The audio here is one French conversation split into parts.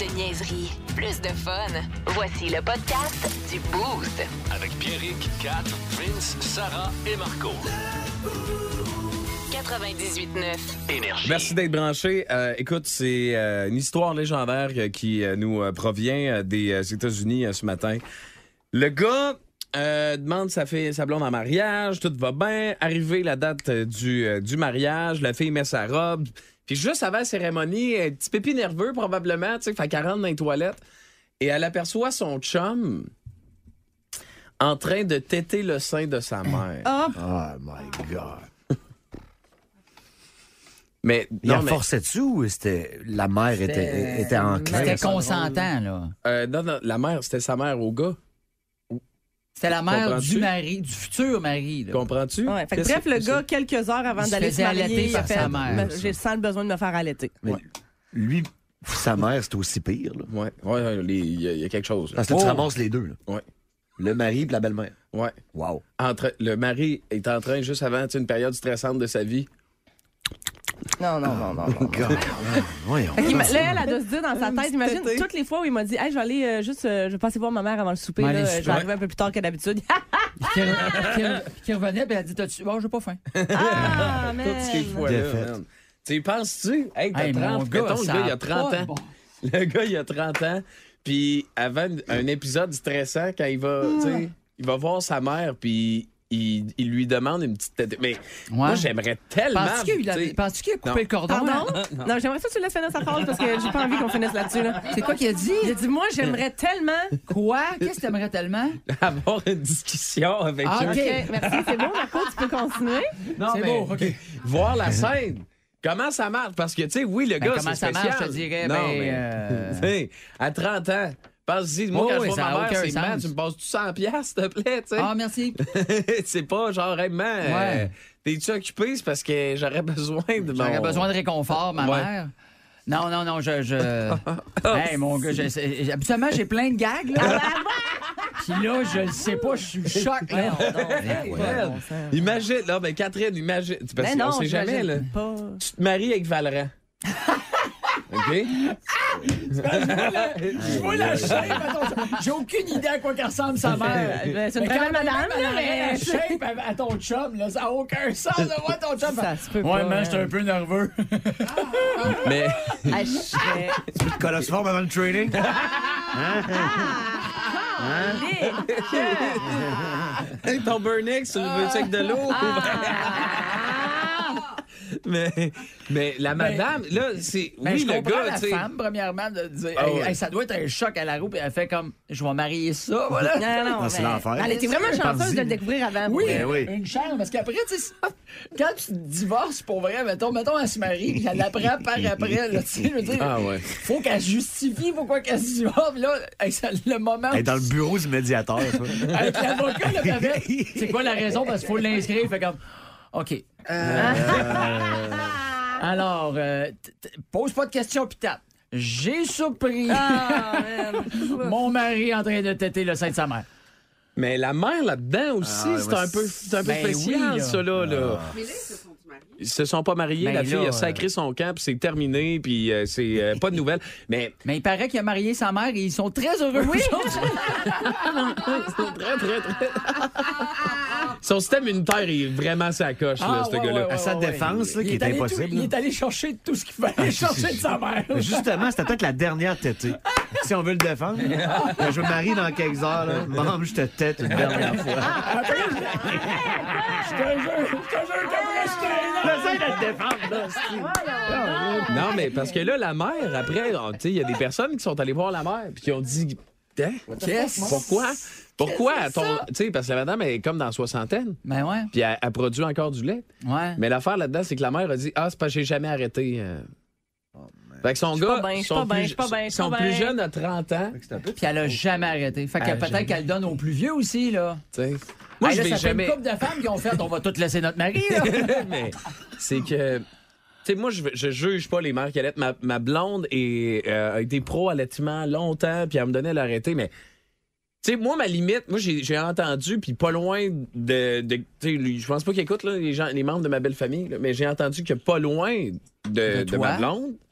de niaiserie, plus de fun. Voici le podcast du Boost. Avec Pierrick, Kat, Vince, Sarah et Marco. 98.9. Énergie. Merci d'être branché. Écoute, c'est une histoire légendaire qui nous provient des États-Unis ce matin. Le gars demande sa blonde en mariage, tout va bien. Arrivé la date du mariage, la fille met sa robe. Puis juste avant la cérémonie, un petit pépi nerveux probablement, tu sais, fait qu'elle rentre dans les toilettes. Et elle aperçoit son chum en train de téter le sein de sa mère. Oh my God. Mais Il a forcé dessus ou la mère était enclin? C'était consentant, là. non, la mère, c'était sa mère au gars. C'était la mère Comprends-tu? du mari, du futur mari. Là. Comprends-tu? Ouais, fait que bref, le gars, quelques heures avant Il se d'aller se faisait marier, allaiter il a par fait sa mère, j'ai sans le besoin de me faire allaiter. Mais lui, sa mère, c'est aussi pire. Là. Ouais, il y a quelque chose. Là. Parce que tu ramasses les deux. Là. Ouais. Le mari et la belle-mère. Ouais. Wow. Le mari est en train, juste avant une période stressante de sa vie. Non. God. Voyons. Fait là, elle doit se dire dans sa tête, imagine, toutes les fois où il m'a dit, hey, je vais aller je vais passer voir ma mère avant le souper, Ouais, là, les je vais soupers. arriver un peu plus tard que d'habitude. Qui revenait, puis elle a dit, t'as-tu... Bon, j'ai pas faim. Ah, man. Toutes ces fois-là, Défaite. man. Tu y penses-tu? Hey, t'as Hey, 30, mon gars, mettons, le ça gars, il a a 30 pas ans. de bon. Le gars, il a 30 ans. Puis avant un épisode stressant, quand il va, tu sais, il va voir sa mère, puis il lui demande une petite tête. Mais moi, j'aimerais tellement... Penses-tu qu'il a coupé le cordon? Pardon? hein? Non, j'aimerais ça que tu laisses finir sa phrase parce que j'ai pas envie qu'on finisse là-dessus. Là. C'est quoi qu'il a dit? Il a dit, moi, j'aimerais tellement. Quoi? Qu'est-ce que t'aimerais tellement? avoir une discussion avec Ah, eux. OK. OK, merci, c'est bon, Marco, tu peux continuer. Non, C'est mais beau, OK. voir la scène. Comment ça marche? Parce que, tu sais, oui, le gars, comment c'est ça spécial. marche, je te dirais, Non, ben, mais, tu sais, à 30 ans, pense-y, moi, Oh, quand oui, je vois ça a ma mère, aucun c'est man, sens. tu me passes-tu 100 piastres, s'il te plaît, tu sais? Ah, merci. C'est pas genre, hey, man, Ouais. t'es-tu occupé? C'est parce que j'aurais besoin de mon... J'aurais besoin de réconfort, ma Ouais. mère. Non, hey, mon gars, habituellement, j'ai plein de gags, là. Puis là, je le sais pas, je suis choc, là. Ouais. Imagine, là, mais Catherine, imagine. Parce Mais non, qu'on sait jamais, là. pas. Tu te maries avec Valran. OK? Je vois la shape, attends, j'ai aucune idée à quoi qu'elle ressemble sa mère. C'est une Mais très quand belle madame, elle là, aurait la mais. shape à ton chum, là, ça n'a aucun sens de voir ton chum. Ça se peut Ouais, pas. man, j'étais un peu nerveux. Mais Ah, je serais- Colosforme avant le training. hey, ton Burnix, tu veux avec de l'eau? mais la madame, là, c'est... Ben, Oui, je le comprends gars, la tu sais... femme, premièrement, de dire Ah hey, ouais. hey, ça doit être un choc à la roue, puis elle fait comme je vais marier ça, voilà. Non, c'est mais- l'enfer. Elle était vraiment chanceuse de le découvrir avant. Oui, Ben oui. une chance, parce qu'après, tu sais, quand tu te divorces pour vrai, mettons, elle se marie, puis elle l'apprend par après, là, tu sais, je veux dire, Ah ouais. faut qu'elle justifie pourquoi qu'elle se divorce, puis là, hey, le moment Elle est dans le bureau du médiateur. toi. avec l'avocat, là, elle fait, c'est quoi la raison, parce qu'il faut l'inscrire, il fait comme, OK. Alors, pose pas de questions, puis tape. J'ai surpris Ah, man. mon mari en train de têter le sein de sa mère. Mais la mère, là-dedans aussi, Ah, c'est ouais, un peu Ben spécial, oui, là. ça, là. Mais là, ils se sont mariés. Ils se sont pas mariés, Ben la fille là, a sacré son camp, puis c'est terminé, puis c'est pas de nouvelles. Mais Mais il paraît qu'il a marié sa mère et ils sont très heureux. Oui, c'est très... Son système immunitaire est vraiment sa coche, là, ce gars-là. À sa défense, là, qui est impossible, Il là. est allé chercher tout ce qu'il fallait chercher de sa mère. Mais justement, c'était peut-être la dernière tétée. Si on veut le défendre, là, je me marie dans quelques heures. Là. Maman, je te tête une dernière fois. Je te jure qu'après, J'essaie de le défendre, là. c'est- Non, mais parce que là, la mère, après, tu sais, il y a des personnes qui sont allées voir la mère, puis qui ont dit, hein? Qu'est-ce? Pourquoi? Pourquoi? Tu sais, parce que la madame est comme dans la soixantaine, Ben ouais. puis elle produit encore du lait. Ouais. Mais l'affaire là-dedans, c'est que la mère a dit, c'est parce que j'ai jamais arrêté. Fait que son Je suis gars, pas bien, je suis son pas bien, plus- je suis pas bien, je suis son pas plus bien. jeune a 30 ans. Puis elle a jamais arrêté. Fait que Elle a peut-être jamais. qu'elle donne aux plus vieux aussi, là. Tu sais. Moi, Hey, je là, vais ça fait jamais. une couple de femmes qui ont fait on va toutes laisser notre mari, là. Mais c'est que. Tu sais, moi, je juge pas les mères qui allaitent. Ma blonde a été pro-allaitement longtemps, puis elle me donnait l'arrêté, mais. Tu sais, moi, ma limite, moi, j'ai entendu, puis pas loin de tu sais, je pense pas qu'ils écoutent, là, les membres de ma belle famille, là, mais j'ai entendu que pas loin de toi? ma blonde,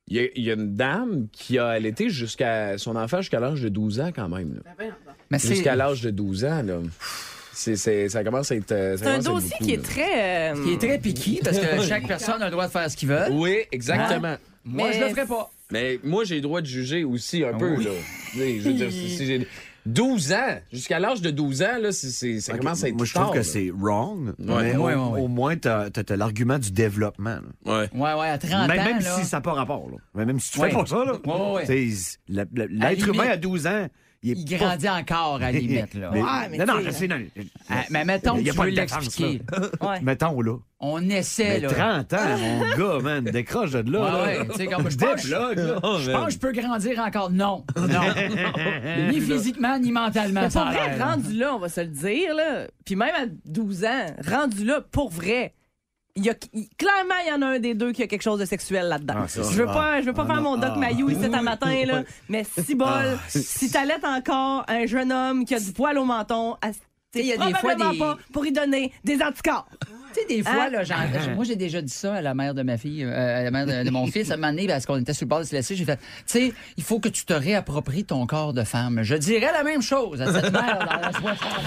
Il y a une dame qui a allaité son enfant jusqu'à l'âge de 12 ans quand même. Là. Mais Jusqu'à l'âge de 12 ans, là. Ça commence à être. C'est un dossier qui est très. Qui est très piqué parce que chaque personne a le droit de faire ce qu'il veut. Oui, exactement. Moi, Mais je le ferais pas. Mais moi, j'ai le droit de juger aussi un peu, là. Je veux dire, si j'ai 12 ans, jusqu'à l'âge de 12 ans, là, ça commence à être Moi, je tard, trouve que là. c'est wrong, Ouais. mais Ouais. au moins, t'as l'argument du développement. Là. Ouais, à 30 Même ans, là. si ça n'a pas rapport. Là. Mais même si tu Ouais. fais pas ça, là. Ouais. T'sais, l'être limite, humain à 12 ans, Il grandit encore, à la limite, là. mais non, tu sais, je sais, non. Mais mettons que Il y a tu pas veux de défense, l'expliquer. Ouais. Mettons, là. On essaie, Mais là. 30 ans, mon gars, man, décroche de là. Ouais, tu sais, comme je pense, Déplogue, là. je pense que je peux grandir encore. Non. Ni physiquement, ni mentalement. Mais ça pour a vrai, l'air. rendu là, on va se le dire, là. Puis même à 12 ans, rendu là, pour vrai. Clairement, il y en a un des deux qui a quelque chose de sexuel là-dedans. Ah, c'est ça. Je veux pas faire mon Doc Mayou ici un matin, là, mais si bol, si t'allaites encore un jeune homme qui a du poil au menton, il y a des fois probablement des- pas pour y donner des anticorps. Tu sais, des fois, Hein? là, moi, j'ai déjà dit ça à la mère de ma fille, à la mère de mon fils, à un moment donné, parce qu'on était sur le bord de se laisser. J'ai fait, tu sais, il faut que tu te réappropries ton corps de femme. Je dirais la même chose à cette mère dans la soixantaine.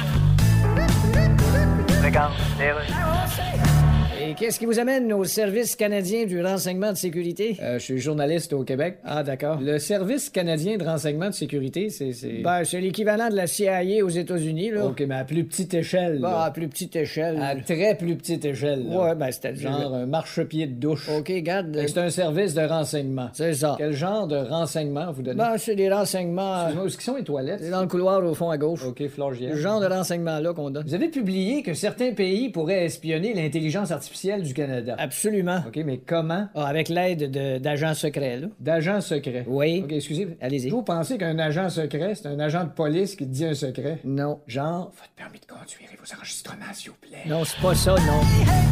Et qu'est-ce qui vous amène au Service canadien du renseignement de sécurité? Je suis journaliste au Québec. Ah, d'accord. Le Service canadien de renseignement de sécurité, c'est... Ben, c'est l'équivalent de la CIA aux États-Unis, là. OK, mais à plus petite échelle. Bah, là. à plus petite échelle. À très plus petite échelle. là. Ouais, ben, c'est-à-dire... Genre un marchepied de douche. OK, garde. Fait que c'est un service de renseignement. C'est ça. Quel genre de renseignement vous donnez? Ben, c'est des renseignements... Excusez-moi, où est-ce qu'ils sont les toilettes? C'est dans le couloir au fond à gauche. OK, Florgienne. Le genre de renseignement-là qu'on donne. Vous avez publié que certains pays pourraient espionner l'intelligence artificielle du Canada. Absolument. OK, mais comment? Ah, avec l'aide d'agents secrets, là. D'agents secrets. Oui. OK, excusez. Allez-y. Vous pensez qu'un agent secret, c'est un agent de police qui te dit un secret? Non. Genre, votre permis de conduire et vos enregistrements, s'il vous plaît. Non, c'est pas ça, non.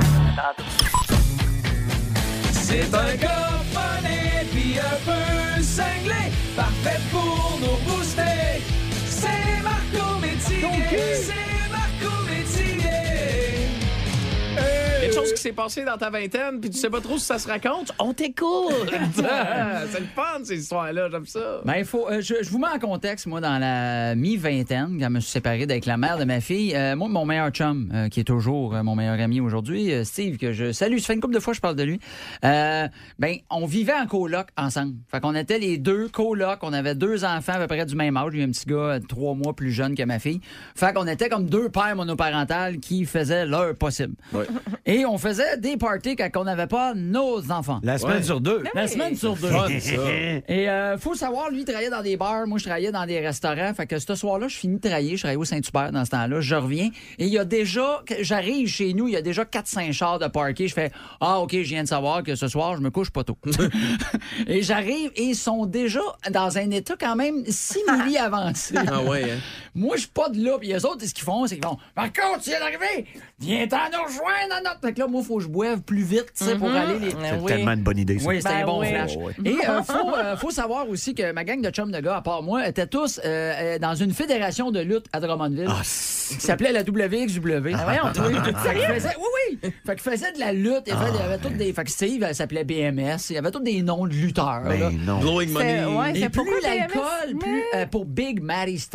C'est un gars funny puis un peu cinglé, parfait pour nos booster. C'est Marco Métivier, c'est Marco Métivier. Quelque chose qui s'est passé dans ta vingtaine, puis tu sais pas trop si ça se raconte, on t'écoute! C'est le fun, ces histoires-là, j'aime ça. Ben, il faut. Je vous mets en contexte, moi, dans la mi-vingtaine, quand je me suis séparé avec la mère de ma fille. Moi, mon meilleur chum, qui est toujours mon meilleur ami aujourd'hui, Steve, que je salue. Ça fait une couple de fois que je parle de lui. Ben, on vivait en coloc ensemble. Fait qu'on était les deux colocs. On avait 2 enfants à peu près du même âge. Lui, un petit gars 3 mois plus jeune que ma fille. Fait qu'on était comme 2 pères monoparentales qui faisaient leur possible. Ouais. Et on faisait des parties quand on n'avait pas nos enfants. La semaine sur 2. La semaine sur 2. Fun, ça. Et faut savoir, lui, il travaillait dans des bars. Moi, je travaillais dans des restaurants. Fait que ce soir-là, je finis de travailler. Je travaillais au Saint-Hubert dans ce temps-là. Je reviens. Et il y a déjà... J'arrive chez nous, il y a déjà 4-5 chars de parquet. Je fais, OK, je viens de savoir que ce soir, je me couche pas tôt. Et j'arrive et ils sont déjà dans un état quand même simili avancé. Ah ouais, hein? Moi, je suis pas de là. Puis les autres, ce qu'ils font, c'est qu'ils vont, Marco, tu viens d'arriver? Viens-t'en nous rejoindre dans notre... Fait que là, moi, il faut que je boive plus vite, tu sais, pour aller les... C'est tellement une bonne idée, ça. Oui, c'était Ben un bon oui. flash. Ouais. Et faut savoir aussi que ma gang de chums de gars, à part moi, étaient tous dans une fédération de lutte à Drummondville qui s'appelait la WXW. Ah, voyons, toi. Fait qu'il faisait, oui. Fait qu'il faisait de la lutte. Il y avait toutes des... Fait que Steve, elle s'appelait BMS. Il y avait tous des noms de lutteurs. là. Ben non. Blowing money. Ouais, Et c'est plus pourquoi l'alcool, BMS? plus pour Big Matty Style.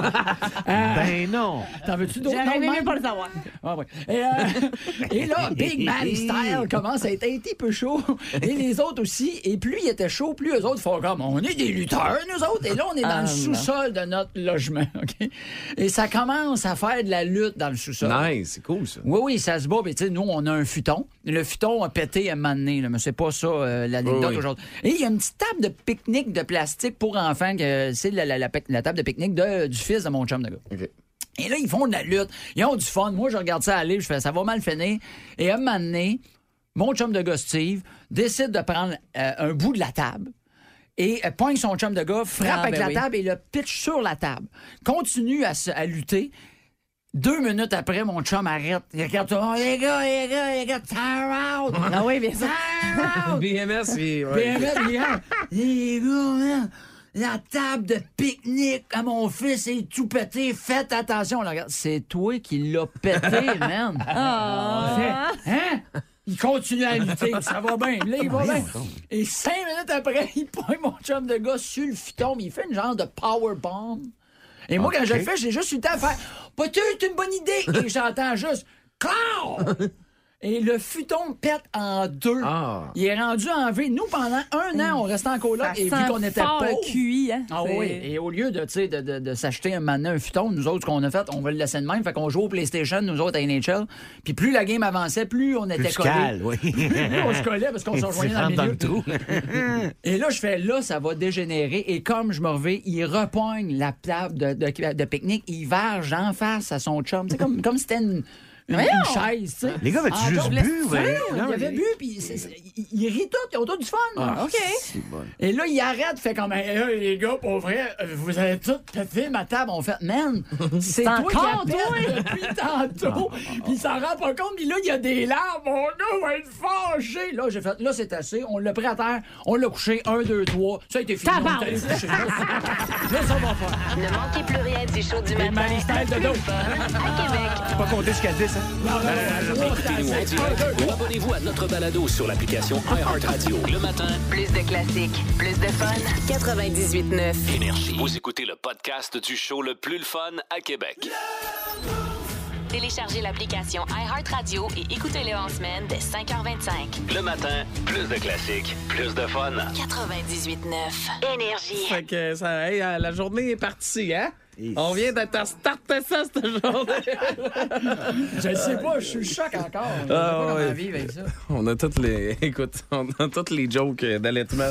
Ben non. T'en veux-tu d'autres J'aurais noms de aimé même? pas le savoir. Ah ouais. Et là, Big Matty Style commence à être un petit peu chaud. Et les autres aussi. Et plus il était chaud, plus eux autres font comme on est des lutteurs, nous autres. Et là, on est dans le sous-sol de notre logement. OK? Et ça commence à faire de la lutte dans le sous-sol. Nice, c'est cool, ça. Oui, ça se bat. Mais tu sais, nous, on a un futon. Le futon a pété à un moment donné, là, mais c'est pas ça l'anecdote Oui. aujourd'hui. Et il y a une petite table de pique-nique de plastique pour enfants. C'est la table de pique-nique du fils de mon chum de gars. OK. Et là, ils font de la lutte. Ils ont du fun. Moi, je regarde ça aller. Je fais, ça va mal finir. Et à un moment donné, mon chum de gars, Steve, décide de prendre un bout de la table et pogne son chum de gars, frappe avec la table et le pitch sur la table. Continue à lutter. 2 minutes après, mon chum arrête. Il regarde tout le monde. Les gars, tire out! Ah oui, bien sûr. Tire out! BMS, c'est... Les gars, man, la table de pique-nique à mon fils est tout pété. Faites attention. Là, regarde, c'est toi qui l'as pété, man. Ah. Hein? Il continue à lutter, ça va bien. Là, il va bien. Et 5 minutes après, il pointe mon chum de gars sur le futon, mais il fait une genre de powerbomb. Et moi, quand je le fais, j'ai juste eu le temps de faire « Pas-tu, c'est une bonne idée! » Et j'entends juste « Clown! » Et le futon pète en deux. Ah. Il est rendu en V. Nous, pendant 1 an, on restait en coloc. Ça Et vu sent qu'on était fort pauvres... le QI, hein? Ah oui. Et au lieu de s'acheter un futon, nous autres, ce qu'on a fait, on va le laisser de même. Fait qu'on joue au PlayStation, nous autres, à NHL. Puis plus la game avançait, plus on était collés. oui. Plus on se collait parce qu'on se rejoignait dans le milieu. trou. Et là, je fais, là, ça va dégénérer. Et comme je me reviens, il repoigne la table de pique-nique. Il varge en face à son chum. C'est comme si c'était une chaise, tu sais. Les gars, avaient-tu juste bu? Il avait bu, puis il rit tout, il a autour du fun. OK. Et là, il arrête, fait comme, hey, les gars, pour vrai, vous avez tous pété ma table. On fait, man, c'est toi qui appelles depuis tantôt. Puis il s'en rend pas compte, puis là, il y a des larmes. Mon gars va être fâché. Là, j'ai fait, là, c'est assez. On l'a pris à terre, on l'a couché, 1, 2, 3. Ça a été fini. On est allé se coucher. Là, ça va faire. Ne manquez plus rien du show du matin. Marie-Style de dos. À Québec. Pas compter jusqu'à 10, hein? Écoutez-nous en direct ou abonnez-vous à notre balado sur l'application iHeartRadio. Le matin, Plus de classiques, plus de fun. 98.9. Énergie. Vous écoutez le podcast du show le plus le fun à Québec. Téléchargez l'application iHeartRadio et écoutez-le en semaine dès 5h25. Le matin, plus de classiques, plus de fun. 98.9. Énergie. Fait que ça, hey, la journée est partie, hein? On vient de te starter ça, cette journée. Je ne sais pas, je suis le choc encore. Je sais pas comment vivre avec ça. On a toutes les... Écoute, on a toutes les jokes d'allaitement.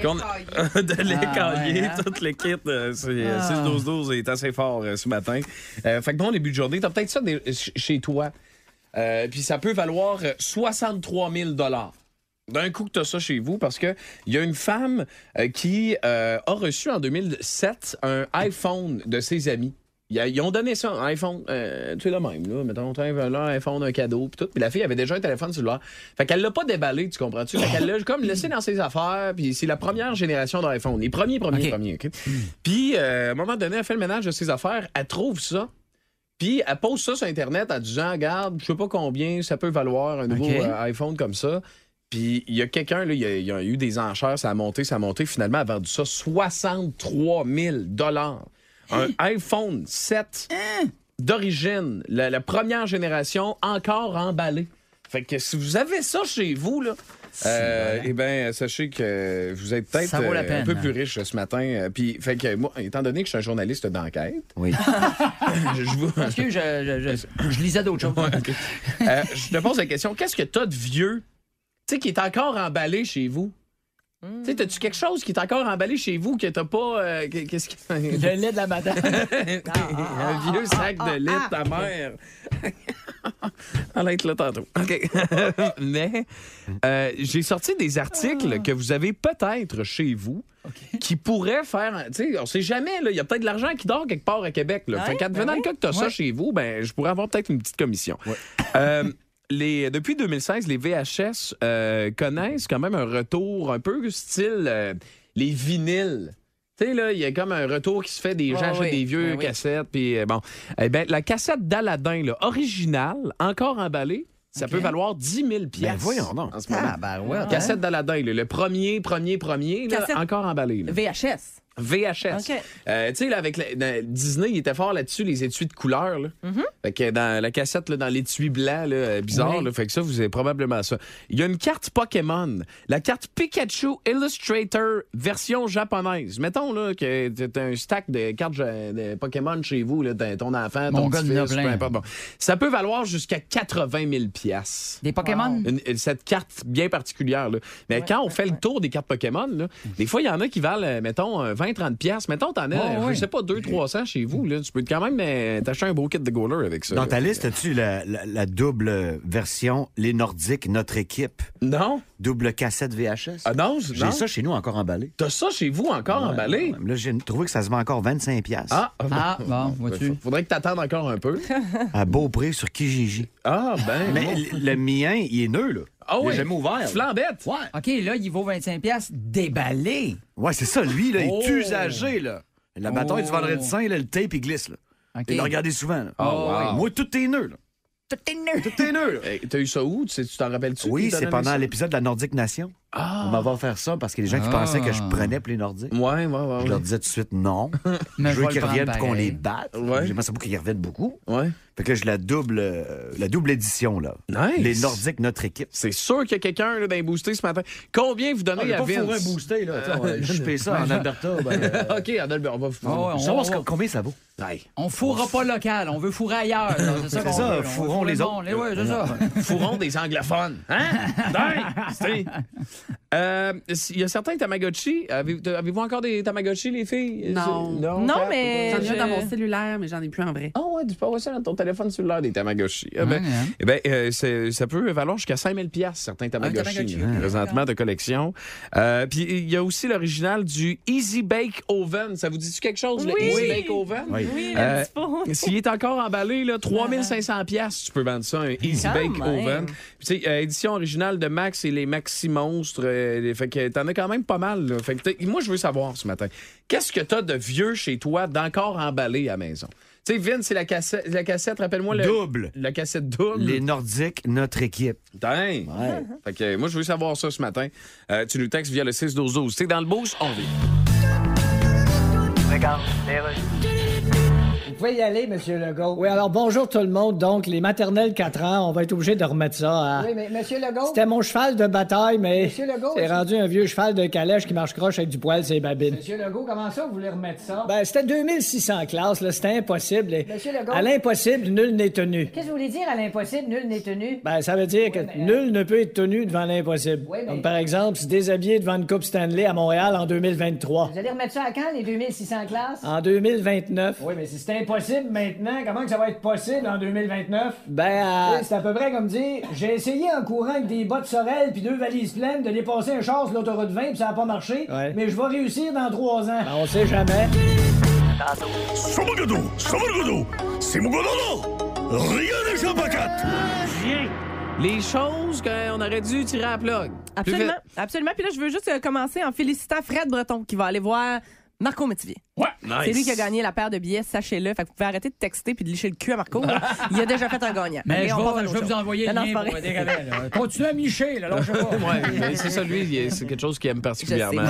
De lait caillé, hein? toute l'équipe. 6-12-12 est assez fort ce matin. Fait que bon début de journée, t'as peut-être ça chez toi. Puis ça peut valoir 63 000 $. D'un coup que tu as ça chez vous, parce qu'il y a une femme qui a reçu en 2007 un iPhone de ses amis. Ils ont donné ça, un iPhone, tu sais, le même, là. Mettons, là, un iPhone, un cadeau, puis tout. Puis la fille avait déjà un téléphone cellulaire. Fait qu'elle l'a pas déballé, tu comprends-tu? Fait qu'elle l'a comme laissé dans ses affaires, puis c'est la première génération d'iPhone. Les premiers, OK? Puis, à un moment donné, elle fait le ménage de ses affaires, elle trouve ça. Puis, elle pose ça sur Internet en disant, regarde, je sais pas combien ça peut valoir un nouveau iPhone comme ça. Puis, il y a quelqu'un, là, il y a eu des enchères, ça a monté. Finalement, elle a vendu ça 63 000 $. Un iPhone 7 d'origine, la première génération, encore emballé. Fait que si vous avez ça chez vous, là, eh bien, sachez que vous êtes peut-être un peu plus riche ce matin. Puis, fait que moi, étant donné que je suis un journaliste d'enquête, oui. Parce que je lisais d'autres choses. Okay. Je te pose la question, qu'est-ce que t'as de vieux, tu sais, qui est encore emballé chez vous? Tu sais, t'as-tu quelque chose qui est encore emballé chez vous que t'as pas... qu'est-ce que... Le lait de la madame. Un vieux sac de lait de ta mère. Elle va être là tantôt. OK. Mais j'ai sorti des articles que vous avez peut-être chez vous qui pourraient faire... Tu sais, on sait jamais, là. Il y a peut-être de l'argent qui dort quelque part à Québec. Là. Fait qu'advenant le cas que t'as ça chez vous, ben je pourrais avoir peut-être une petite commission. Ouais. Depuis 2016, les VHS connaissent quand même un retour un peu style les vinyles. Tu sais, là, il y a comme un retour qui se fait des gens achètent des vieux cassettes. Puis bon, la cassette d'Aladin, là, originale, encore emballée, ça peut valoir 10 000 $. Ben voyons donc. En ce moment. Cassette d'Aladin, là, le premier, là, encore emballé. Là. VHS. VHS. Okay. Tu sais, là, avec Disney, il était fort là-dessus, les étuis de couleur. Là. Fait que dans la cassette, là, dans l'étui blanc, là, bizarre, là, fait que ça, vous avez probablement ça. Il y a une carte Pokémon, la carte Pikachu Illustrator version japonaise. Mettons là, que t'as un stack de cartes de Pokémon chez vous, là, ton enfant, ton petit-fils, peu importe. Bon. Ça peut valoir jusqu'à 80 000 $. Des Pokémon? Cette carte bien particulière. Là. Mais quand on fait le tour des cartes Pokémon, là, des fois, il y en a qui valent, mettons, 20-30 $. Mettons, t'en as, je sais pas, 200-300 chez vous. Là. Tu peux quand même t'acheter un beau kit de goaler avec ça. Dans là. ta liste, as-tu la double version Les Nordiques, notre équipe? Non. Double cassette VHS? Ah non? J'ai ça chez nous encore emballé. T'as ça chez vous encore emballé? Là, j'ai trouvé que ça se vend encore 25 $. Bon, vois-tu. Faudrait que t'attendes encore un peu. À Beaupré sur Kijiji. Ah, ben. Mais le mien, il est neuf, là. Ah il est jamais ouvert. Flambette. Ouais. OK, là, il vaut 25 $ déballé. Ouais, c'est ça. Lui, là, il est usagé, là. La bataille du vendredi saint, là, le tape, il glisse, là. Okay. Il l'a regardé souvent, là. Oh, wow. Moi, tout est nœud, là. Tout est nœud. Tout est nœud. Hey, t'as eu ça où? Tu t'en rappelles-tu? Oui, qui c'est donnait pendant ça? l'épisode de la Nordique Nation. On m'avait offert ça parce qu'il y a des gens qui pensaient que je prenais pour les Nordiques. Ouais. Je leur disais tout de suite non. Mais Je veux je vais qu'ils le reviennent prendre pour qu'on pareil. les batte. Ouais. J'aimerais ça beaucoup qu'ils reviennent beaucoup. Ouais. Fait que là, j'ai la double édition, là. Nice. Les Nordiques, notre équipe. C'est sûr qu'il y a quelqu'un là, dans les boostés ce matin. Combien vous donnez à Vince? booster, là. Je paye ça en Alberta. OK, Adalbert, on va vous Oh, Savoir combien ça vaut. on fourra pas local, on veut fourrer ailleurs. là. C'est ça, C'est qu'on ça, veut, là. On fourrons veut les fourrer autres. le monde. Ouais, c'est ça. Fourrons des anglophones. Hein? Il y a certains Tamagotchi. Avez-vous encore des Tamagotchi, les filles? Non. Non, Kat, mais- J'en ai un dans Je- mon cellulaire, mais j'en ai plus en vrai. Ah ouais, tu peux avoir ça dans ton téléphone cellulaire, des Tamagotchi. Ouais, Ça peut valoir jusqu'à 5 000 certains Tamagotchi, Tamagotchi, là, ok. présentement de collection. Puis il y a aussi l'original du Easy Bake Oven. Ça vous dit-tu quelque chose, le Oui. Easy Bake Oven? Oui. Oui, Euh, le petit pot. S'il est encore emballé, là, 3500 tu peux vendre ça, un Easy Quand Bake même. Oven. Puis, tu sais, édition originale de Max et les Maxi Monstres. Fait que t'en as quand même pas mal. Là. Fait que moi, je veux savoir ce matin, qu'est-ce que t'as de vieux chez toi, d'encore emballé à la maison? Tu sais, Vince, c'est la cassette, rappelle-moi le... Double. La cassette double. Les Nordiques, notre équipe. Dingue. Ouais. Fait que moi, je veux savoir ça ce matin. Tu nous textes via le 6-12-12. Tu sais, dans le boost, on vit. Vous pouvez y aller, Monsieur Legault. Oui, alors bonjour tout le monde. Donc, les maternelles 4 ans, on va être obligé de remettre ça à... Oui, mais Monsieur Legault. C'était mon cheval de bataille, mais Monsieur Legault, c'est rendu un vieux cheval de calèche qui marche croche avec du poil, c'est babine. Monsieur Legault, comment ça, vous voulez remettre ça? Ben, c'était 2600 classes, là, c'était impossible. Et Monsieur Legault. à l'impossible, nul n'est tenu. Qu'est-ce que vous voulez dire à l'impossible, nul n'est tenu? Ben, ça veut dire que mais- nul ne peut être tenu devant l'impossible. Oui, mais- Comme par exemple, se déshabiller devant une Coupe Stanley à Montréal en 2023. Vous allez remettre ça à quand, les 2600 classes? En 2029. Oui, mais si c'est impossible maintenant, comment que ça va être possible en 2029? Ben, Oui, c'est à peu près comme dire, j'ai essayé en courant avec des bottes sorel puis 2 valises pleines de dépasser un char sur l'autoroute 20 puis ça a pas marché, Ouais. mais je vais réussir dans 3 ans. ben, on sait jamais. Les choses qu'on aurait dû tirer à la plug. Absolument. Absolument. Puis là, je veux juste commencer en félicitant Fred Breton qui va aller voir Marco Métivier. Ouais, nice. C'est lui qui a gagné la paire de billets, sachez-le. Fait que vous pouvez arrêter de texter puis de licher le cul à Marco. là. Il a déjà fait un gagnant. Mais Allez, je on passe à vais l'autre vous chose. envoyer le Non, non, lien c'est pas pour vrai. des rabais, là. Continuez à micher, là, je sais pas. Ouais, mais c'est ça, lui, c'est quelque chose qu'il aime particulièrement.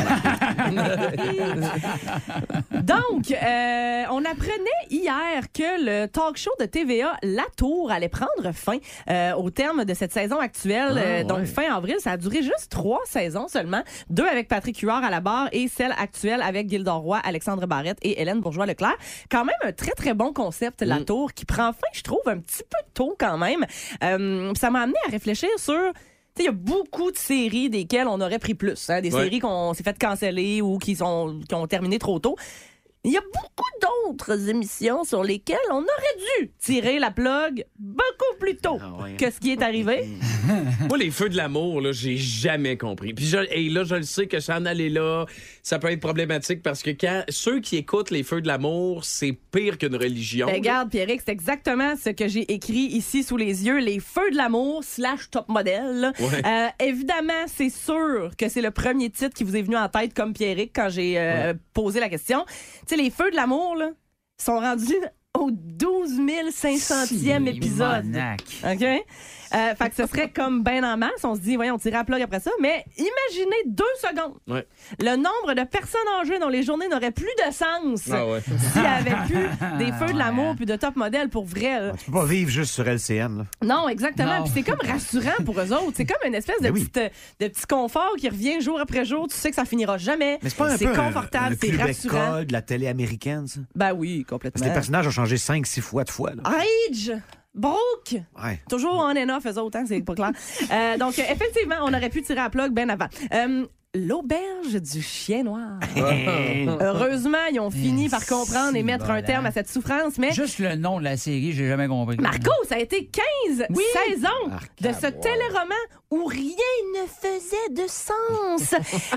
Donc, on apprenait hier que le talk show de TVA La Tour allait prendre fin au terme de cette saison actuelle. Donc, fin avril, ça a duré juste 3 saisons seulement. 2 avec Patrick Huard à la barre et celle actuelle avec Gilda Roy, Alexandre Barrette et Hélène Bourgeois-Leclerc. Quand même un très, très bon concept, La Tour, qui prend fin, je trouve, un petit peu tôt quand même. Ça m'a amené à réfléchir sur... Il y a beaucoup de séries desquelles on aurait pris plus. Hein, des Ouais. séries qu'on s'est fait canceller ou qui ont terminé trop tôt. Il y a beaucoup d'autres émissions sur lesquelles on aurait dû tirer la plug beaucoup plus tôt que ce qui est arrivé. Moi, les feux de l'amour, là, j'ai jamais compris. Puis là, je le sais que s'en aller là, ça peut être problématique parce que quand ceux qui écoutent les feux de l'amour, c'est pire qu'une religion. Ben, regarde, Pierrick, c'est exactement ce que j'ai écrit ici sous les yeux. Les feux de l'amour / top modèle. là. Ouais. Évidemment, c'est sûr que c'est le premier titre qui vous est venu en tête comme Pierrick quand j'ai posé la question. Tu sais, les feux de l'amour, là, sont rendus au 12 500e épisode. Monac. OK? Fait que ce serait comme ben en masse. On se dit, voyons, on tirait à plug après ça. Mais imaginez 2 secondes. Ouais. Le nombre de personnes en jeu dont les journées n'auraient plus de sens Ah ouais. s'il n'y avait plus des feux de l'amour puis de top modèle pour vrai. là. Tu peux pas vivre juste sur LCN, là. Non, exactement. Non. Puis c'est comme rassurant pour eux autres. C'est comme une espèce de, Ben oui. de petit confort qui revient jour après jour. Tu sais que ça finira jamais. Mais c'est pas un peu confortable, le c'est club rassurant. école de la télé américaine, ça? Ben oui, Parce complètement. que les personnages ont changé 5-6 fois de fois, là. Age! Brooke! Ouais. Toujours on and off, eux autres, hein, c'est pas clair. Donc, effectivement, on aurait pu tirer à plug bien avant. L'auberge du chien noir. Heureusement, ils ont fini par comprendre et mettre un terme à cette souffrance, mais... Juste le nom de la série, j'ai jamais compris. Marco, ça a été 15 saisons de ce téléroman où rien ne faisait de sens.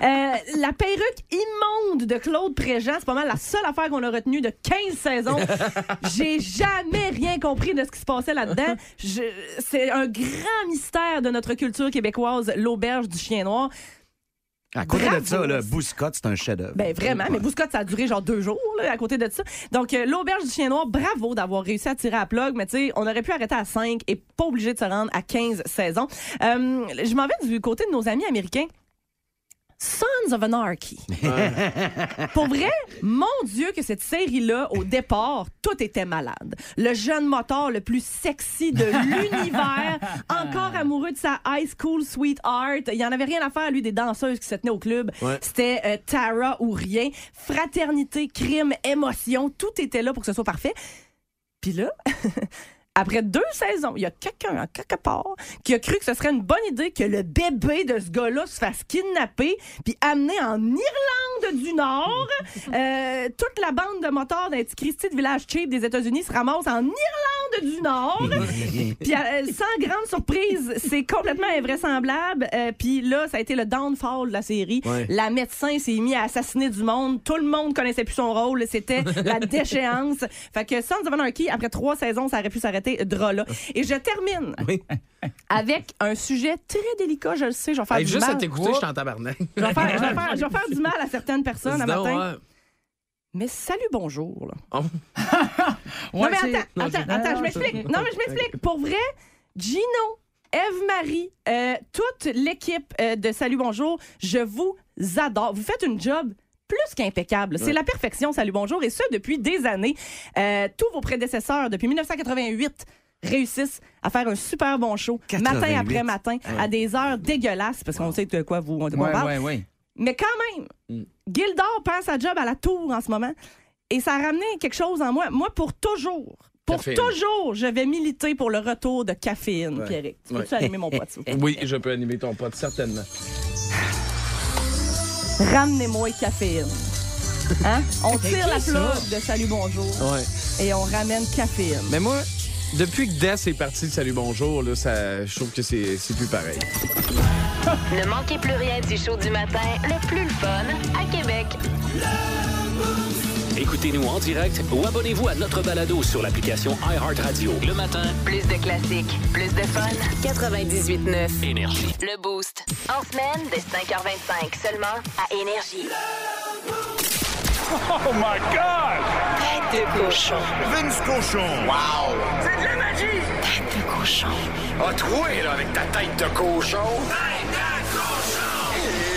La perruque immonde de Claude Préjean, c'est pas mal la seule affaire qu'on a retenue de 15 saisons. J'ai jamais rien compris de ce qui se passait là-dedans. C'est un grand mystère de notre culture québécoise, l'auberge du chien noir. À côté Bravo. de ça, là, Bouscotte, c'est un chef-d'œuvre. Ben vraiment, mais Bouscotte, ça a duré genre 2 jours là, à côté de ça. Donc, l'Auberge du Chien Noir, bravo d'avoir réussi à tirer à plug, mais tu sais, on aurait pu arrêter à 5 et pas obligé de se rendre à 15 saisons. Je m'en vais du côté de nos amis américains. Sons of Anarchy. Pour vrai, mon Dieu, que cette série-là, au départ, tout était malade. Le jeune moteur le plus sexy de l'univers, encore amoureux de sa high school sweetheart. Il y en avait rien à faire, lui, des danseuses qui se tenaient au club. Ouais. C'était Tara ou rien. Fraternité, crime, émotion, tout était là pour que ce soit parfait. Puis là... Après 2 saisons, il y a quelqu'un, à quelque part, qui a cru que ce serait une bonne idée que le bébé de ce gars-là se fasse kidnapper puis amener en Irlande du Nord. Toute la bande de motards d'un petit Christy de village cheap des États-Unis se ramasse en Irlande du Nord. Puis sans grande surprise, c'est complètement invraisemblable. Puis là, ça a été le downfall de la série. Ouais. La médecin s'est mis à assassiner du monde. Tout le monde connaissait plus son rôle. C'était la déchéance. Fait que Sons of Anarchy, après 3 saisons, ça aurait pu s'arrêter drôle-là. Et je termine avec un sujet très délicat, je le sais, je vais faire du juste mal. à t'écouter, je suis en tabarnak. Je vais faire du mal à certaines personnes à Dis donc, matin. ouais. Mais salut, bonjour. Là. Oh. Non, mais attends, je m'explique. Non, mais je m'explique. Pour vrai, Gino, Ève-Marie, toute l'équipe de Salut, bonjour, je vous adore. Vous faites une job plus qu'impeccable. C'est la perfection, Salut, bonjour, et ce, depuis des années. Tous vos prédécesseurs, depuis 1988, réussissent à faire un super bon show, 88. matin après matin, à des heures dégueulasses, parce qu'on sait de quoi on parle. Ouais. Mais quand même, Gildor prend sa job à la tour en ce moment, et ça a ramené quelque chose en moi. Moi, pour toujours, je vais militer pour le retour de caféine, Pierrick. Tu peux-tu animer mon pote? Oui, je peux animer ton pote, certainement. Ramenez-moi caféine. Hein? On tire la plug de Salut Bonjour et on ramène caféine. Mais moi, depuis que Des est parti de Salut Bonjour, là, je trouve que c'est plus pareil. Ne manquez plus rien du show du matin, le plus le fun à Québec. Écoutez-nous en direct ou abonnez-vous à notre balado sur l'application iHeartRadio. Le matin, Plus de classiques, plus de fun. 98.9. Énergie. Le Boost. En semaine, dès 5h25, seulement à Énergie. Oh my God! Tête de cochon. Vince Cochon. Wow! C'est de la magie! Tête de cochon. A troué, là, avec ta tête de cochon. Tête de cochon!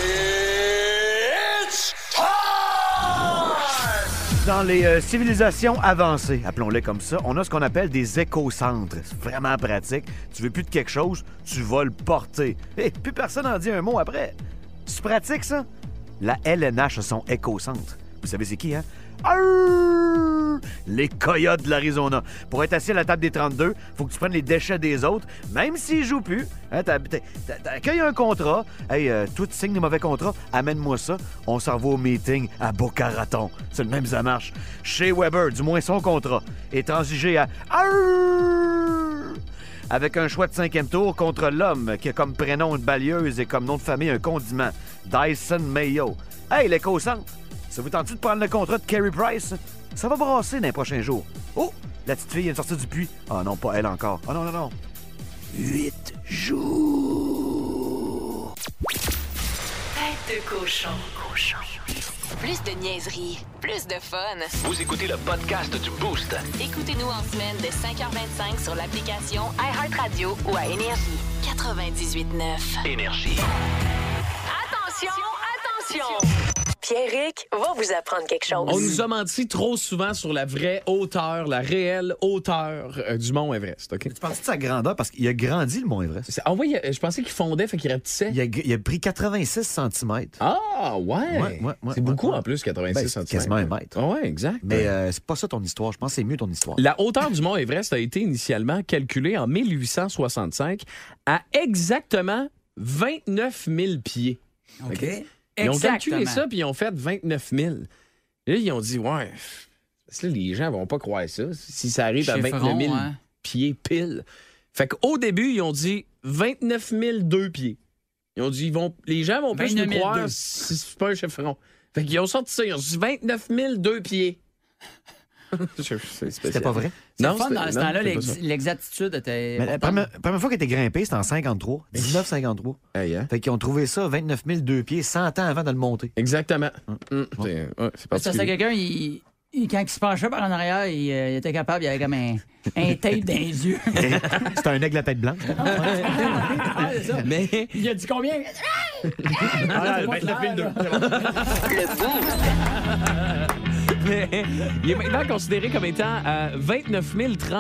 It's time! Dans les civilisations avancées, appelons-les comme ça, on a ce qu'on appelle des écocentres. C'est vraiment pratique. Tu veux plus de quelque chose, tu vas le porter. Et plus personne n'en dit un mot après. C'est pratique, ça? La LNH a son écocentre. Vous savez c'est qui, hein? Arrrr! Les coyotes de l'Arizona. Pour être assis à la table des 32, faut que tu prennes les déchets des autres, même s'ils jouent plus. Hein, t'accueilles un contrat. Hey, toi, tu signes des mauvais contrats, amène-moi ça. On s'en va au meeting à Boca Raton. C'est le même, ça marche. Chez Weber, du moins son contrat, est transigé à Arrrr! Avec un choix de 5e tour contre l'homme qui a comme prénom une balieuse et comme nom de famille un condiment. Dyson Mayo. Hey, l'éco-centre! Ça vous tente de prendre le contrat de Carey Price? Ça va brasser dans les prochains jours. Oh! La petite fille vient de sortir du puits. Ah non, pas elle encore. Ah non. 8 jours. Tête de cochon. Plus de niaiserie, plus de fun. Vous écoutez le podcast du Boost. Écoutez-nous en semaine de 5h25 sur l'application iHeartRadio ou à Énergie. 98.9. Énergie. Attention! Pierrick va vous apprendre quelque chose. On nous a menti trop souvent sur la vraie hauteur, la réelle hauteur du mont Everest, OK? Tu penses de sa grandeur? Parce qu'il a grandi, le Mont Everest. Je pensais qu'il fondait, fait qu'il rapetissait. Il a pris 86 cm. Ah, ouais! C'est beaucoup en plus, 86 cm. Quasiment 1 mètre. Ah ouais, exact. Mais c'est pas ça ton histoire. Je pense que c'est mieux ton histoire. La hauteur du mont Everest a été initialement calculée en 1865 à exactement 29 000 pieds. OK. Ils ont calculé Exactement. ça, puis ils ont fait 29 000. Et là, ils ont dit, ouais, parce que là, les gens vont pas croire ça, si ça arrive à 29 000 pieds pile. Fait qu'au début, ils ont dit 29 002 pieds. Ils ont dit, les gens vont plus nous croire si c'est pas un chiffron. Fait qu'ils ont sorti ça, ils ont dit 29 002 pieds. C'était pas vrai? C'est Non, le fun, dans ce non, temps-là, c'était pas ça. l'exactitude était... Mais la première fois qu'il était grimpé, c'était en 53. 1953. Hey, hein? Fait qu'ils ont trouvé ça 29 000 2 pieds 100 ans avant de le monter. Exactement. C'est C'est particulier. quelqu'un, quand il se penchait par en arrière, il était capable, il avait comme un tape dans les yeux. C'était un aigle à tête blanche. C'est ça. Mais Il a dit combien? Le 29 000 2. Mais il est maintenant considéré comme étant à 29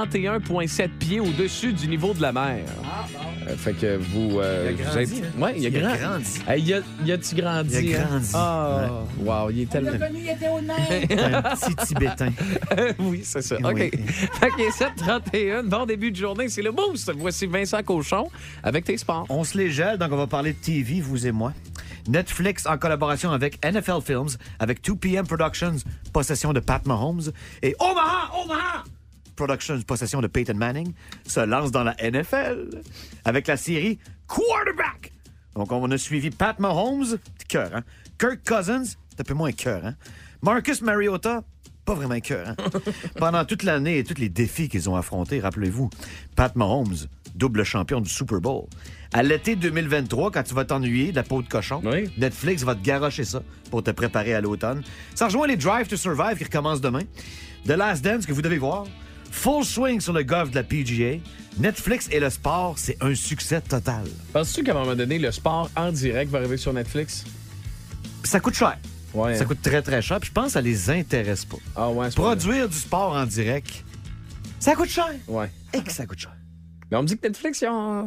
031,7 pieds au-dessus du niveau de la mer. Fait que vous... Il a grandi, hein? Ouais, il a grandi. Hey, il a-tu grandi? Il a grandi. Ah, wow, il est tellement... il était au mer. Un petit Tibétain. Oui, c'est ça. Oui. OK. Fait qu'il est 7h31. Bon début de journée, c'est le boost. Voici Vincent Cochon avec tes sports. On se les gèle, donc on va parler de TV, vous et moi. Netflix, en collaboration avec NFL Films, avec 2PM Productions, possession de Pat Mahomes, et Omaha Productions, possession de Peyton Manning, se lance dans la NFL avec la série Quarterback. Donc, on a suivi Pat Mahomes, cœur, hein? Kirk Cousins, c'est un peu moins cœur, hein? Marcus Mariota, pas vraiment cœur, hein? Pendant toute l'année et tous les défis qu'ils ont affrontés, rappelez-vous, Pat Mahomes, double champion du Super Bowl. À l'été 2023, quand tu vas t'ennuyer de la peau de cochon, Oui. Netflix va te garrocher ça pour te préparer à l'automne. Ça rejoint les Drive to Survive qui recommencent demain. The Last Dance que vous devez voir. Full swing sur le golf de la PGA. Netflix et le sport, c'est un succès total. Penses-tu qu'à un moment donné, le sport en direct va arriver sur Netflix? Ça coûte cher. Ouais. Ça coûte très, très cher. Puis je pense que ça les intéresse pas. Ah ouais, c'est pas vrai. Produire du sport en direct, ça coûte cher. Ouais. Et que ça coûte cher. Mais on me dit que Netflix, ils ont...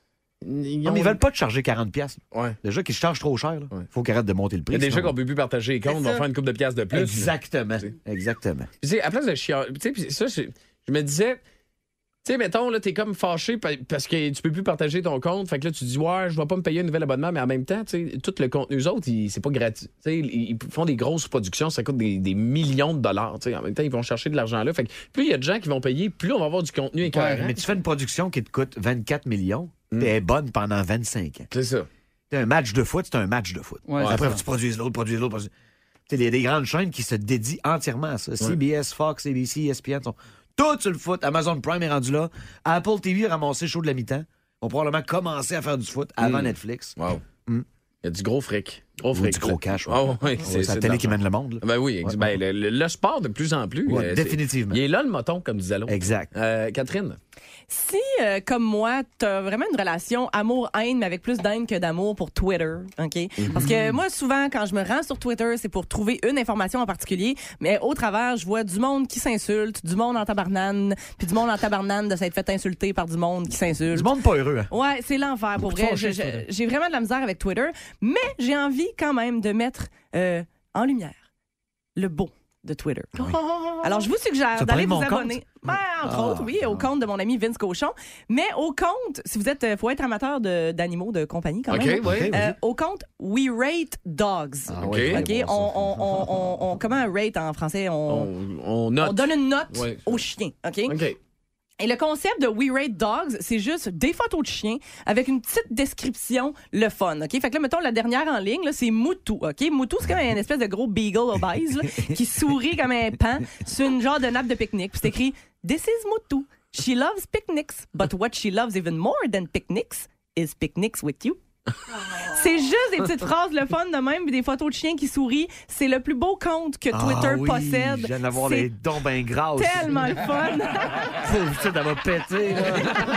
Non, mais ils veulent pas te charger 40$. Ouais. Déjà qu'ils se chargent trop cher. Là. Ouais. Faut qu'ils arrêtent de monter le prix. Il y a des gens sinon- qu'on peut plus partager les comptes, C'est vont ça. faire une couple de piastres de plus. Exactement. Tu sais. Exactement. Puis, tu sais, à place de chier, tu sais, puis ça, je me disais, tu sais, mettons, là, t'es comme fâché parce que tu peux plus partager ton compte. Fait que là, tu dis, ouais, je vais pas me payer un nouvel abonnement, mais en même temps, tu sais, tout le contenu, eux autres, c'est pas gratuit. Tu sais, ils font des grosses productions, ça coûte des millions de dollars. Tu sais, en même temps, ils vont chercher de l'argent là. Fait que plus il y a de gens qui vont payer, plus on va avoir du contenu écœurant. Ouais, mais tu fais une production qui te coûte 24 millions, t'es bonne pendant 25 ans. C'est ça. T'as un match de foot, c'est un match de foot. Ouais, Après, c'est tu produises l'autre. Tu sais, il y a des grandes chaînes qui se dédient entièrement à ça. CBS, Fox, ABC, ESPN sont tout sur le foot. Amazon Prime est rendu là. Apple TV a ramassé le show de la mi-temps. On va probablement commencer à faire du foot avant Netflix. Wow. Mm. Il y a du gros fric. Gros Ou fric. du gros cash. Ouais. Ah ouais, C'est la télé qui mène le monde. Là. Ben oui, Ouais, ben, le sport de plus en plus. Ouais, c'est- définitivement. Il est là le moton, comme disait l'autre. Exact. Catherine? Si, comme moi, t'as vraiment une relation amour-haine, mais avec plus d'haine que d'amour pour Twitter, OK? Parce que moi, souvent, quand je me rends sur Twitter, c'est pour trouver une information en particulier, mais au travers, je vois du monde qui s'insulte, du monde en tabarnane, puis du monde en tabarnane de s'être fait insulter par du monde qui s'insulte. Du monde pas heureux. Hein? Ouais, c'est l'enfer, pour Beaucoup de vrai. fâchés sur Twitter. J'ai vraiment de la misère avec Twitter, mais j'ai envie quand même de mettre en lumière le beau de Twitter. Alors, je vous suggère Tu as parlé d'aller de vous mon abonner. Ben, entre autres, oui, au compte de mon ami Vince Cochon. Mais au compte, si vous êtes, faut être amateur d'animaux de compagnie quand OK, même. oui. Au compte We Rate Dogs. OK. OK, on comment rate en français? On note. On donne une note Ouais. aux chiens, OK? OK. Et le concept de We Rate Dogs, c'est juste des photos de chiens avec une petite description, le fun, OK? Fait que là, mettons, la dernière en ligne, là, c'est Moutou, OK? Moutou, c'est comme une espèce de gros beagle obèse, là, qui sourit comme un pan sur une genre de nappe de pique-nique. Puis c'est écrit « This is Moutou. She loves picnics, but what she loves even more than picnics is picnics with you. » C'est juste des petites phrases le fun de même, puis des photos de chiens qui sourient. C'est le plus beau compte que Twitter oui, possède. Je viens d'avoir C'est les dons ben grasses. tellement le fun. Pauvre ça, elle va péter. Là.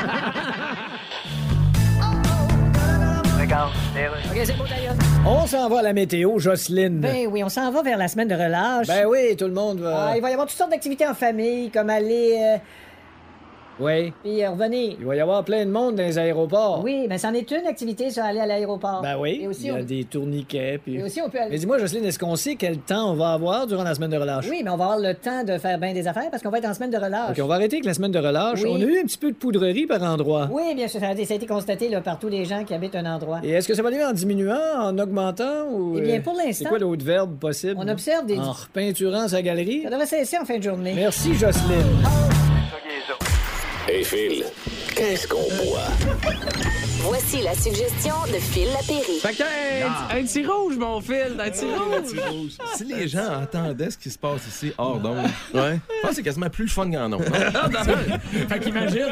OK, c'est beau d'ailleurs. On s'en va à la météo, Jocelyne. Ben oui, on s'en va vers la semaine de relâche. Ben oui, tout le monde va... Il va y avoir toutes sortes d'activités en famille, comme aller... Oui. puis revenir. Il va y avoir plein de monde dans les aéroports. Oui, mais c'en est une activité, ça, aller à l'aéroport. Ben oui, Et aussi, il y a on... des tourniquets. Puis... Et aussi, on peut aller... Mais dis-moi, Jocelyne, est-ce qu'on sait quel temps on va avoir durant la semaine de relâche? Oui, mais on va avoir le temps de faire bien des affaires parce qu'on va être en semaine de relâche. OK, on va arrêter avec la semaine de relâche. Oui. On a eu un petit peu de poudrerie par endroit. Oui, bien sûr, ça a été constaté là, par tous les gens qui habitent un endroit. Et est-ce que ça va aller en diminuant, en augmentant ou... Eh bien, pour l'instant- C'est quoi l'autre verbe possible? On observe des... En repeinturant sa galerie? Ça devrait cesser en fin de journée. Merci, Jocelyne. Hey Phil, qu'est-ce qu'on boit? Voici la suggestion de Phil Lapéry. Fait un petit rouge, mon Phil, un petit rouge. Si les gens entendaient ce qui se passe ici hors d'onde, je pense que c'est quasiment plus le fun qu'en onde. Fait qu'imagine.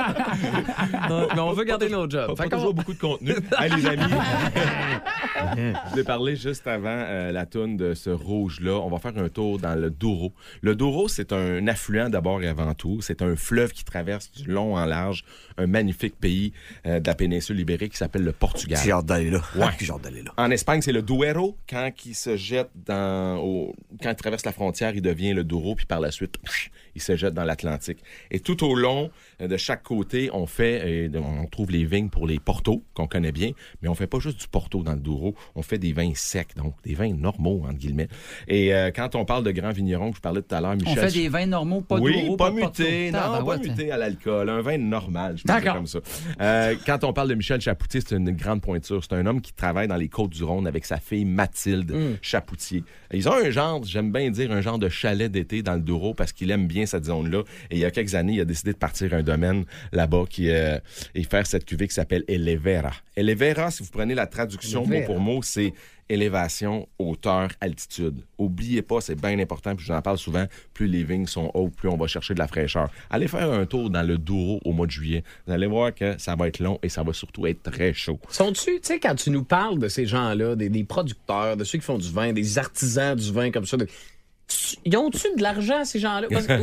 Mais on veut garder nos jobs. Pas toujours beaucoup de contenu. Hey, les amis, je vous ai parlé juste avant la toune de ce rouge-là. On va faire un tour dans le Douro. Le Douro, c'est un affluent d'abord et avant tout. C'est un fleuve qui traverse du long en large un magnifique pays de la péninsule ibérique qui s'appelle le Portugal. J'ai hâte d'aller là. Ouais. J'ai hâte d'aller là. En Espagne, c'est le Duero. Quand il se jette quand il traverse la frontière, il devient le Douro, puis par la suite, il se jette dans l'Atlantique. Et tout au long de chaque côté, on trouve les vignes pour les portos, qu'on connaît bien, mais on fait pas juste du porto dans le Douro, on fait des vins secs, donc des vins normaux, entre guillemets. Et quand on parle de grands vignerons, je parlais tout à l'heure, Michel... On fait des vins normaux, pas Douro, pas mutés, pas mutés à l'alcool, un vin normal, je peux dire comme ça. Quand on parle de Michel Chapoutier, c'est une grande pointure. C'est un homme qui travaille dans les Côtes-du-Rhône avec sa fille Mathilde Chapoutier. Ils ont un genre, j'aime bien dire, un genre de chalet d'été dans le Douro parce qu'il aime bien cette zone-là. Et il y a quelques années, il a décidé de partir un domaine là-bas et faire cette cuvée qui s'appelle Elevera. Elevera, si vous prenez la traduction mot pour mot, c'est élévation, hauteur, altitude. Oubliez pas, c'est bien important, puis je vous en parle souvent, plus les vignes sont hautes, plus on va chercher de la fraîcheur. Allez faire un tour dans le Douro au mois de juillet. Vous allez voir que ça va être long et ça va surtout être très chaud. Sont-tu, tu sais, quand tu nous parles de ces gens-là, des producteurs, de ceux qui font du vin, des artisans du vin comme ça, ils ont-tu de l'argent, ces gens-là?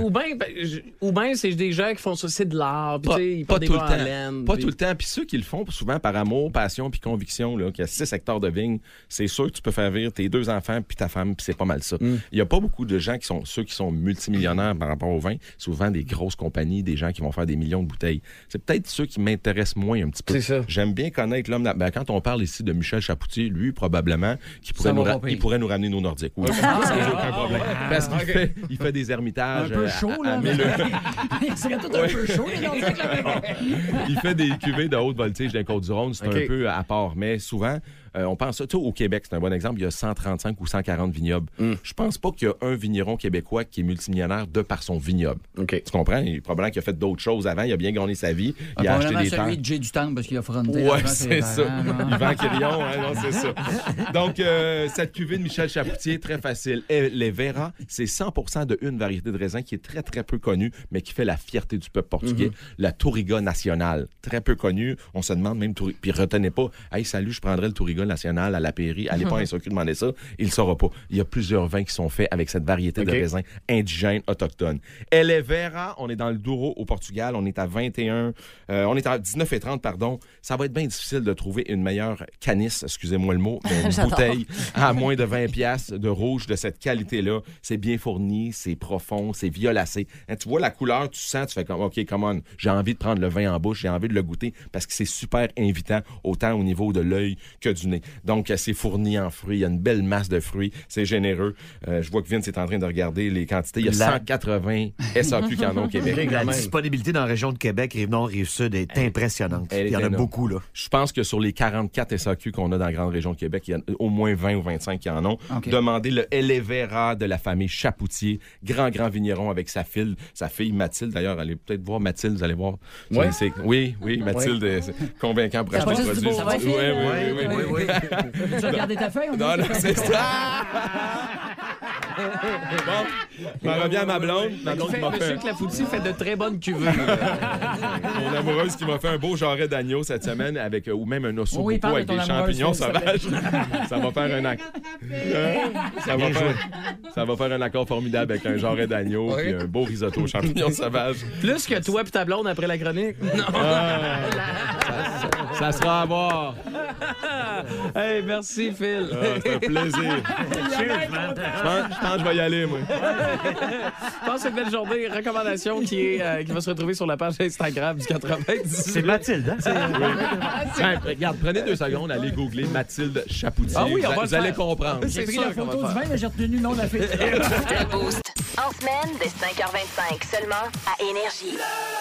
Ou bien c'est des gens qui font ça, c'est de l'art, puis pas tout le temps. Pas tout le temps. Puis ceux qui le font souvent par amour, passion puis conviction, là, qu'il y a 6 hectares de vignes, c'est sûr que tu peux faire vivre tes 2 enfants puis ta femme, puis c'est pas mal ça. Il y a pas beaucoup de gens ceux qui sont multimillionnaires par rapport au vin, souvent des grosses compagnies, des gens qui vont faire des millions de bouteilles. C'est peut-être ceux qui m'intéressent moins un petit peu. C'est ça. J'aime bien connaître l'homme. Quand on parle ici de Michel Chapoutier, lui, probablement, il pourrait nous ramener nos Nordiques. Oui. Sans aucun problème. Parce qu'il fait des ermitages. Un peu chaud, là. C'est tout un peu chaud, les Nordiques, là. Il fait des cuvées de haute voltige dans les Côtes-du-Rhône. C'est un peu à part. Mais souvent, on pense ça. Au Québec, c'est un bon exemple. Il y a 135 ou 140 vignobles. Je pense pas qu'il y a un vigneron québécois qui est multimillionnaire de par son vignoble. Tu comprends? Il est probablement qu'il a fait d'autres choses avant. Il a bien gagné sa vie. Il a acheté des terres. Celui de Jay du Temple parce qu'il a fronté. Ouais, c'est ça. Yvan Quirion, non, c'est ça. Donc, cette cuvée de Michel Chapoutier, très facile. Les Vera, c'est 100% de une variété de raisin qui est très, très peu connue, mais qui fait la fierté du peuple portugais. La Touriga nationale, très peu connue. On se demande même... Puis retenez pas, « Hey, salut, je prendrais le Touriga national à Lapéry. » Allez pas à un SAQ demander ça. Il le saura pas. Il y a plusieurs vins qui sont faits avec cette variété de raisins indigènes, autochtones. Elevera, on est dans le Douro au Portugal. On est à 19,30, pardon. Ça va être bien difficile de trouver une meilleure canisse, excusez-moi le mot, mais une bouteille à moins de 20$ de rouge de cette qualité-là. C'est bien fourni, c'est profond, c'est violacé. Tu vois la couleur, tu sens, tu fais comme, OK, come on, j'ai envie de prendre le vin en bouche, j'ai envie de le goûter parce que c'est super invitant, autant au niveau de l'œil que du nez. Donc, c'est fourni en fruits, il y a une belle masse de fruits, c'est généreux. Je vois que Vince est en train de regarder les quantités. Il y a 180 SAQ qui en ont au Québec. La disponibilité dans la région de Québec, Rive-Nord, Rive-Sud est impressionnante. Il y en a beaucoup, là. Je pense que sur les 44 SAQ qu'on a dans la grande région de Québec, il y a au moins 20 ou 25 qui en ont. Demandez le Elevera de la famille Chapoutier, grand vigneron avec sa fille Mathilde. D'ailleurs, allez peut-être voir Mathilde, vous allez voir. Ouais. Oui, Mathilde, c'est convaincant pour acheter le produit. Oui. Tu as regardé ta feuille? Non, c'est ça! Bon, je reviens à ma blonde. Monsieur Clafoutis fait de très bonnes cuvées. Mon amoureuse qui m'a fait un beau jarret d'agneau cette semaine ou même un ossobuco avec des champignons sauvages. Ça va faire un accord. Ça va faire un accord formidable avec un jarret d'agneau et un beau risotto aux champignons sauvages. Plus que toi et ta blonde après la chronique. Non. Ça sera à voir. Hey, merci, Phil. C'est un plaisir. Je pense que je vais y aller, moi. Je pense que c'est une belle journée. Recommandation qui va se retrouver sur la page Instagram du 98. C'est Mathilde, hein? Regarde, prenez 2 secondes, allez googler Mathilde Chapoutier. Ah oui, vous allez comprendre. J'ai pris la photo du vin, mais j'ai retenu le nom de la fille. Le Boost. En semaine, dès 5h25, seulement à Énergie.